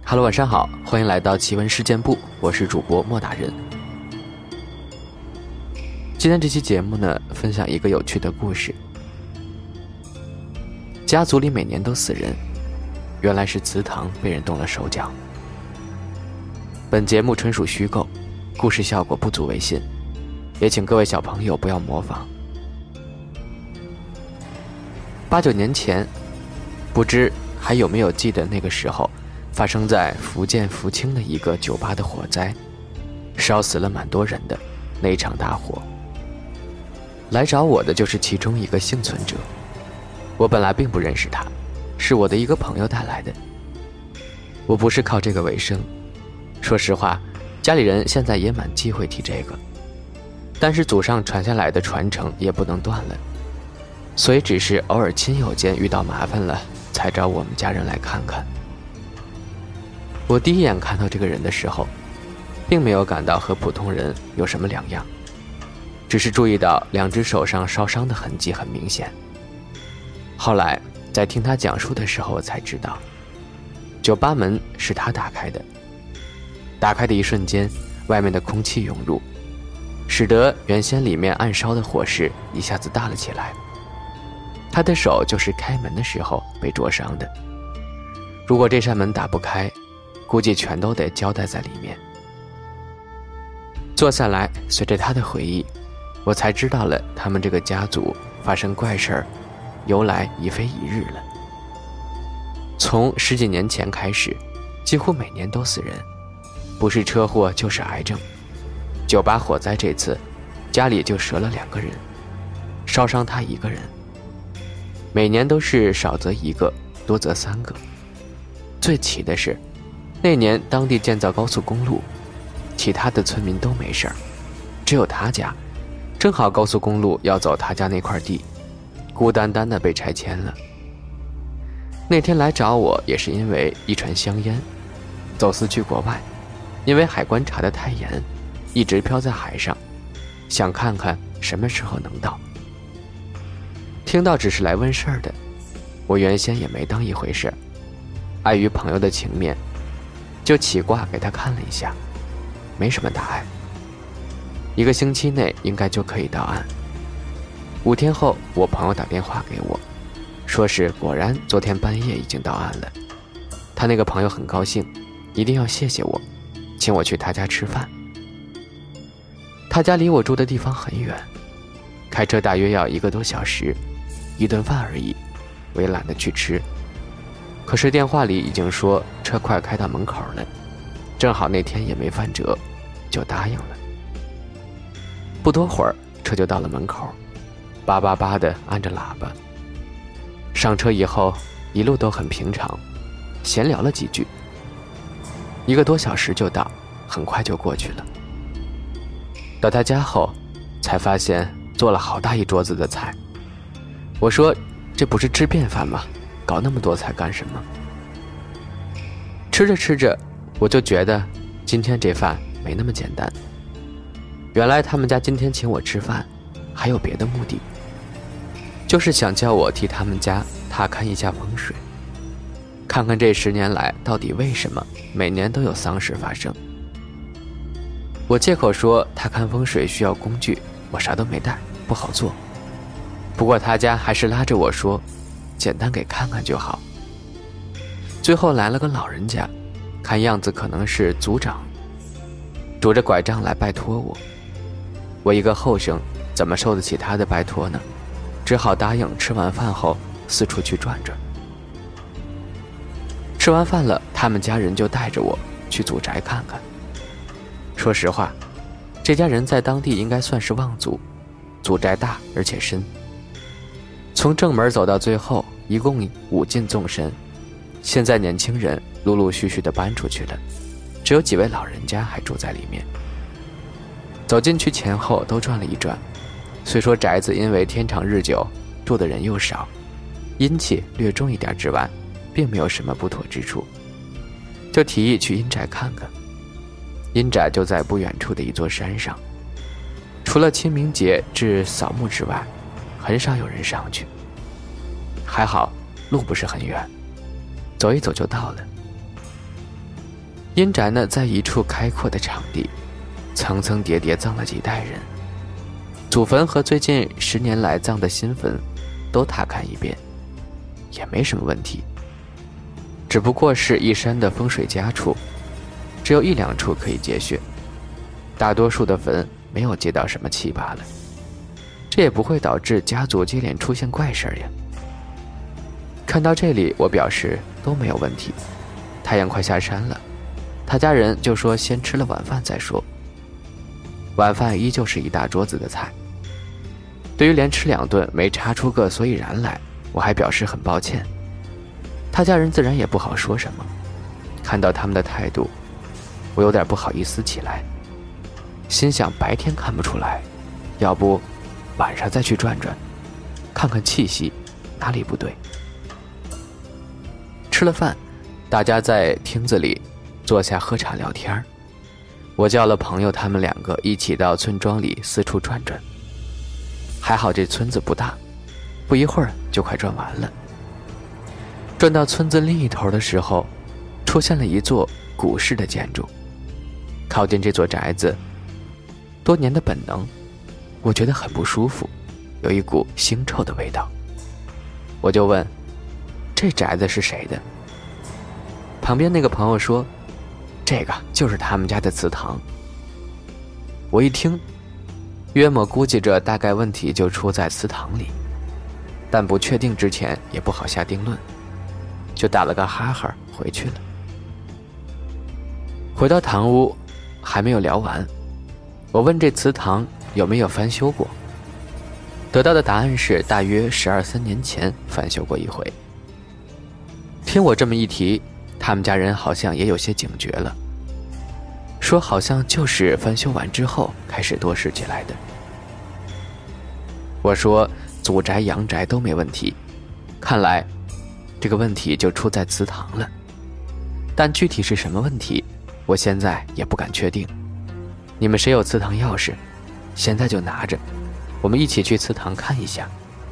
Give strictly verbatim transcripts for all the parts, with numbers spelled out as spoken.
哈喽，晚上好，欢迎来到奇闻事件部，我是主播莫大人。今天这期节目呢，分享一个有趣的故事。家族里每年都死人，原来是祠堂被人动了手脚。本节目纯属虚构，故事效果不足为信，也请各位小朋友不要模仿。八九年前，不知还有没有记得那个时候发生在福建福清的一个酒吧的火灾，烧死了蛮多人的那一场大火。来找我的就是其中一个幸存者，我本来并不认识他，是我的一个朋友带来的。我不是靠这个为生，说实话，家里人现在也蛮忌讳提这个，但是祖上传下来的传承也不能断了，所以只是偶尔亲友间遇到麻烦了，才找我们家人来看看。我第一眼看到这个人的时候，并没有感到和普通人有什么两样，只是注意到两只手上烧伤的痕迹很明显。后来在听他讲述的时候，我才知道，酒吧门是他打开的。打开的一瞬间，外面的空气涌入，使得原先里面暗烧的火势一下子大了起来。他的手就是开门的时候被灼伤的，如果这扇门打不开，估计全都得交代在里面。坐下来，随着他的回忆，我才知道了他们这个家族发生怪事儿由来已非一日了。从十几年前开始，几乎每年都死人，不是车祸就是癌症。酒吧火灾这次，家里就折了两个人，烧伤他一个人。每年都是少则一个，多则三个。最奇的是，那年当地建造高速公路，其他的村民都没事儿，只有他家，正好高速公路要走他家那块地，孤单单的被拆迁了。那天来找我也是因为一船香烟，走私去国外，因为海关查得太严，一直漂在海上，想看看什么时候能到。听到只是来问事儿的，我原先也没当一回事，碍于朋友的情面，就起卦给他看了一下，没什么大碍，一个星期内应该就可以到岸。五天后，我朋友打电话给我，说是果然昨天半夜已经到岸了。他那个朋友很高兴，一定要谢谢我，请我去他家吃饭。他家离我住的地方很远，开车大约要一个多小时，一顿饭而已，我也懒得去吃。可是电话里已经说车快开到门口了，正好那天也没犯辙，就答应了。不多会儿，车就到了门口，叭叭叭的按着喇叭。上车以后，一路都很平常，闲聊了几句。一个多小时就到，很快就过去了。到他家后，才发现做了好大一桌子的菜。我说，这不是吃便饭吗？搞那么多菜干什么？吃着吃着，我就觉得今天这饭没那么简单。原来他们家今天请我吃饭，还有别的目的，就是想叫我替他们家踏勘一下风水，看看这十年来到底为什么每年都有丧事发生。我借口说踏勘风水需要工具，我啥都没带，不好做。不过他家还是拉着我说，简单给看看就好。最后来了个老人家，看样子可能是族长，拄着拐杖来拜托我。我一个后生，怎么受得起他的拜托呢？只好答应吃完饭后四处去转转。吃完饭了，他们家人就带着我去祖宅看看。说实话，这家人在当地应该算是望族，祖宅大而且深。从正门走到最后，一共五进纵深。现在年轻人陆陆续续地搬出去了，只有几位老人家还住在里面。走进去前后都转了一转，虽说宅子因为天长日久，住的人又少，阴气略重一点之外，并没有什么不妥之处，就提议去阴宅看看。阴宅就在不远处的一座山上，除了清明节至扫墓之外，很少有人上去。还好路不是很远，走一走就到了。 阴宅呢，在一处开阔的场地，层层叠叠葬了几代人，祖坟和最近十年来葬的新坟都踏看一遍，也没什么问题。只不过是一山的风水佳处，只有一两处可以接穴，大多数的坟没有接到什么气罢了。这也不会导致家族接连出现怪事呀。看到这里，我表示都没有问题。太阳快下山了，他家人就说先吃了晚饭再说。晚饭依旧是一大桌子的菜。对于连吃两顿没查出个所以然来，我还表示很抱歉。他家人自然也不好说什么。看到他们的态度，我有点不好意思起来，心想白天看不出来，要不晚上再去转转，看看气息哪里不对。吃了饭，大家在厅子里坐下喝茶聊天。我叫了朋友他们两个一起到村庄里四处转转。还好这村子不大，不一会儿就快转完了。转到村子另一头的时候，出现了一座古式的建筑。靠近这座宅子，多年的本能，我觉得很不舒服，有一股腥臭的味道。我就问，这宅子是谁的？旁边那个朋友说，这个就是他们家的祠堂。我一听，约莫估计着大概问题就出在祠堂里，但不确定之前也不好下定论，就打了个哈哈回去了。回到堂屋，还没有聊完，我问这祠堂有没有翻修过，得到的答案是大约十二三年前翻修过一回。听我这么一提，他们家人好像也有些警觉了，说好像就是翻修完之后开始多事起来的。我说祖宅阳宅都没问题，看来这个问题就出在祠堂了，但具体是什么问题，我现在也不敢确定。你们谁有祠堂钥匙，现在就拿着，我们一起去祠堂看一下。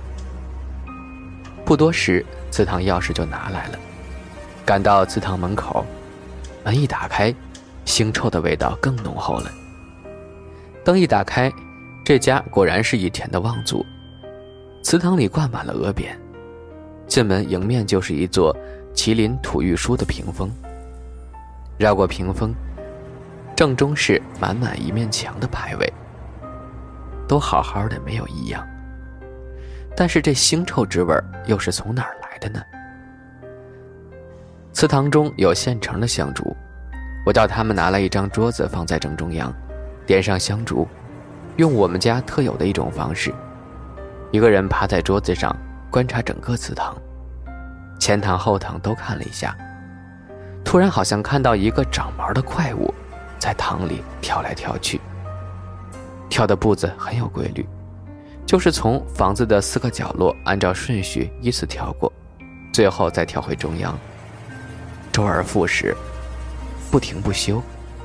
不多时，祠堂钥匙就拿来了。赶到祠堂门口，门一打开，腥臭的味道更浓厚了。灯一打开，这家果然是以前的望族。祠堂里挂满了鹅匾，进门迎面就是一座麒麟吐玉书的屏风。绕过屏风，正中是满满一面墙的牌位，都好好的没有异样，但是这腥臭之味又是从哪儿来的呢？祠堂中有现成的香烛，我叫他们拿来一张桌子放在正中央，点上香烛，用我们家特有的一种方式，一个人趴在桌子上观察整个祠堂，前堂后堂都看了一下，突然好像看到一个长毛的怪物在堂里跳来跳去，跳的步子很有规律，就是从房子的四个角落按照顺序依次跳过，最后再跳回中央，周而复始，不停不休。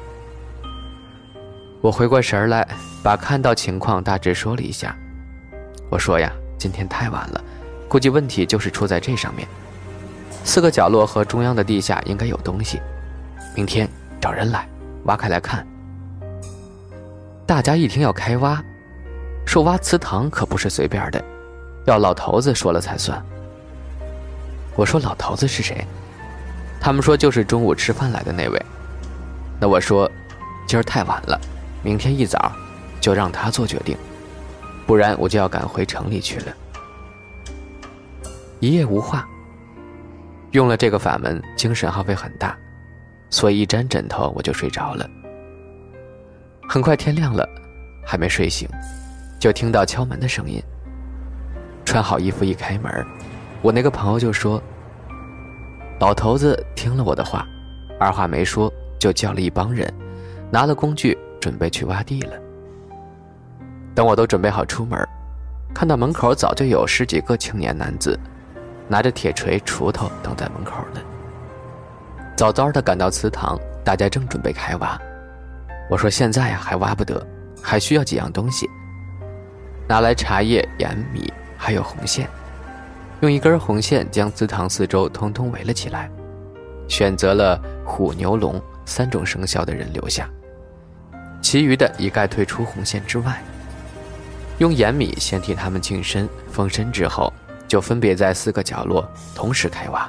我回过神来，把看到情况大致说了一下。我说呀，今天太晚了，估计问题就是出在这上面，四个角落和中央的地下应该有东西，明天找人来挖开来看。大家一听要开挖，说挖祠堂可不是随便的，要老头子说了才算。我说老头子是谁？他们说就是中午吃饭来的那位。那我说今儿太晚了，明天一早就让他做决定，不然我就要赶回城里去了。一夜无话，用了这个法门，精神耗费很大，所以一沾枕头我就睡着了。很快天亮了，还没睡醒，就听到敲门的声音。穿好衣服一开门，我那个朋友就说，老头子听了我的话，二话没说就叫了一帮人，拿了工具准备去挖地了。等我都准备好出门，看到门口早就有十几个青年男子拿着铁锤锄头等在门口了。早早的赶到祠堂，大家正准备开挖。我说现在呀还挖不得，还需要几样东西，拿来茶叶、盐、米还有红线，用一根红线将祠堂四周通通围了起来，选择了虎、牛、龙三种生肖的人留下，其余的一概退出红线之外。用盐米先替他们净身封身之后，就分别在四个角落同时开挖。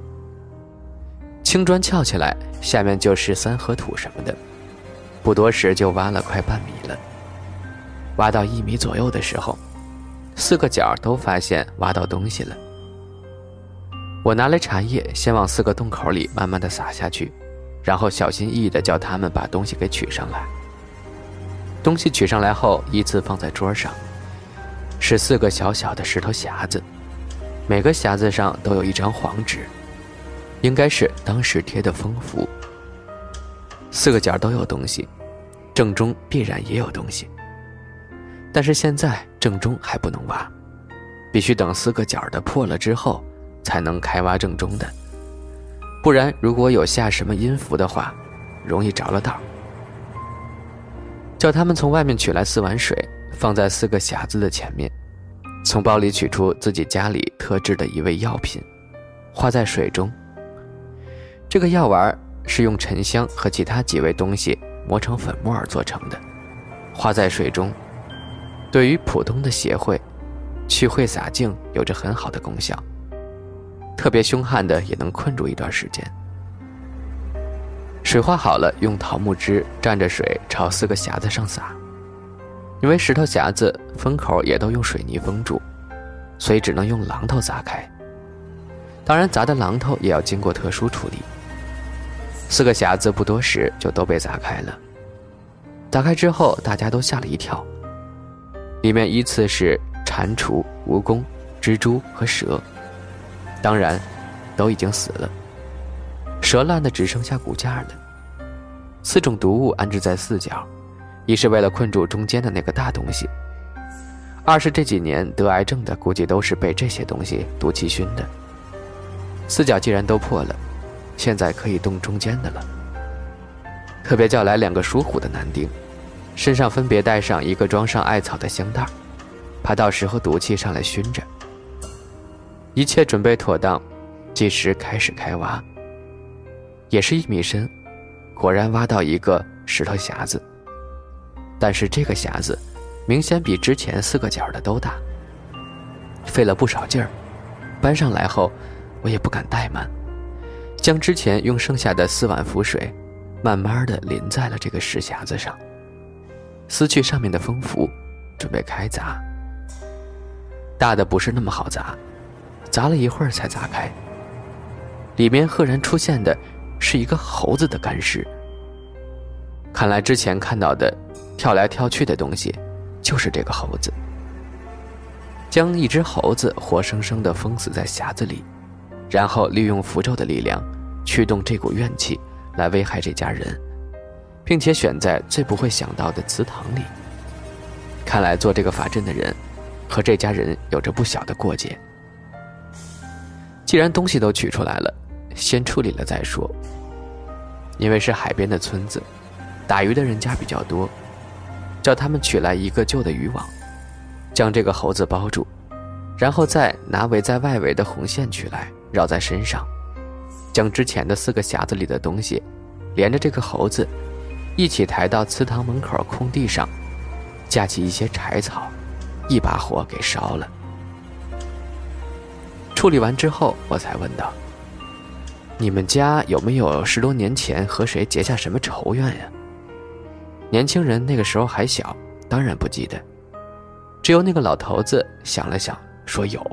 青砖翘起来，下面就是三合土什么的，不多时就挖了快半米了。挖到一米左右的时候，四个角都发现挖到东西了。我拿来茶叶，先往四个洞口里慢慢地撒下去，然后小心翼翼地叫他们把东西给取上来。东西取上来后，依次放在桌上，是四个小小的石头匣子，每个匣子上都有一张黄纸，应该是当时贴的封符。四个角都有东西，正中必然也有东西，但是现在正中还不能挖，必须等四个角的破了之后才能开挖正中的，不然如果有下什么阴符的话，容易着了道。叫他们从外面取来四碗水，放在四个匣子的前面，从包里取出自己家里特制的一味药品，化在水中。这个药丸是用沉香和其他几味东西磨成粉末而做成的，化在水中，对于普通的邪秽、去秽洒净有着很好的功效，特别凶悍的也能困住一段时间。水化好了，用桃木枝蘸着水朝四个匣子上撒。因为石头匣子封口也都用水泥封住，所以只能用榔头砸开。当然砸的榔头也要经过特殊处理。四个匣子不多时就都被砸开了。砸开之后大家都吓了一跳，里面依次是蟾蜍、蜈蚣、蜘蛛和蛇，当然都已经死了，蛇烂的只剩下骨架了。四种毒物安置在四角，一是为了困住中间的那个大东西，二是这几年得癌症的估计都是被这些东西毒气熏的。四角既然都破了，现在可以动中间的了。特别叫来两个属虎的男丁，身上分别带上一个装上艾草的香袋，怕到时候毒气上来熏着。一切准备妥当，计时开始开挖。也是一米深，果然挖到一个石头匣子，但是这个匣子明显比之前四个角的都大，费了不少劲儿，搬上来后我也不敢怠慢，将之前用剩下的四碗符水慢慢地淋在了这个石匣子上，撕去上面的封符，准备开砸。大的不是那么好砸，砸了一会儿才砸开，里面赫然出现的是一个猴子的干尸。看来之前看到的跳来跳去的东西就是这个猴子。将一只猴子活生生地封死在匣子里，然后利用符咒的力量驱动这股怨气来危害这家人，并且选在最不会想到的祠堂里。看来做这个法阵的人和这家人有着不小的过节。既然东西都取出来了，先处理了再说。因为是海边的村子，打鱼的人家比较多，叫他们取来一个旧的渔网，将这个猴子包住，然后再拿围在外围的红线取来绕在身上，将之前的四个匣子里的东西连着这个猴子一起抬到祠堂门口空地上，架起一些柴草，一把火给烧了。处理完之后，我才问道：你们家有没有十多年前和谁结下什么仇怨呀？年轻人那个时候还小，当然不记得。只有那个老头子想了想，说有。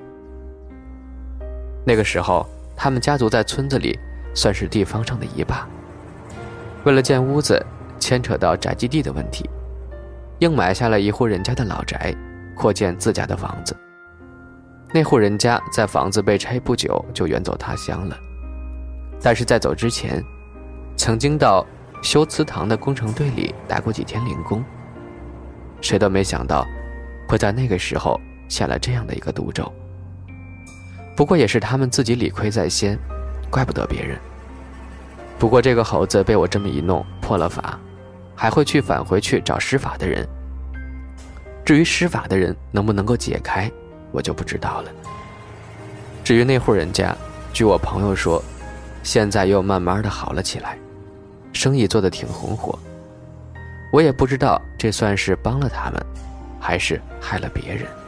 那个时候他们家族在村子里算是地方上的一霸，为了建屋子牵扯到宅基地的问题，硬买下了一户人家的老宅，扩建自家的房子。那户人家在房子被拆不久就远走他乡了，但是在走之前曾经到修祠堂的工程队里打过几天零工，谁都没想到会在那个时候下了这样的一个毒咒。不过也是他们自己理亏在先，怪不得别人。不过这个猴子被我这么一弄破了法，还会去返回去找施法的人。至于施法的人能不能够解开，我就不知道了。至于那户人家，据我朋友说，现在又慢慢的好了起来， 生意做得挺红火。我也不知道这算是帮了他们，还是害了别人。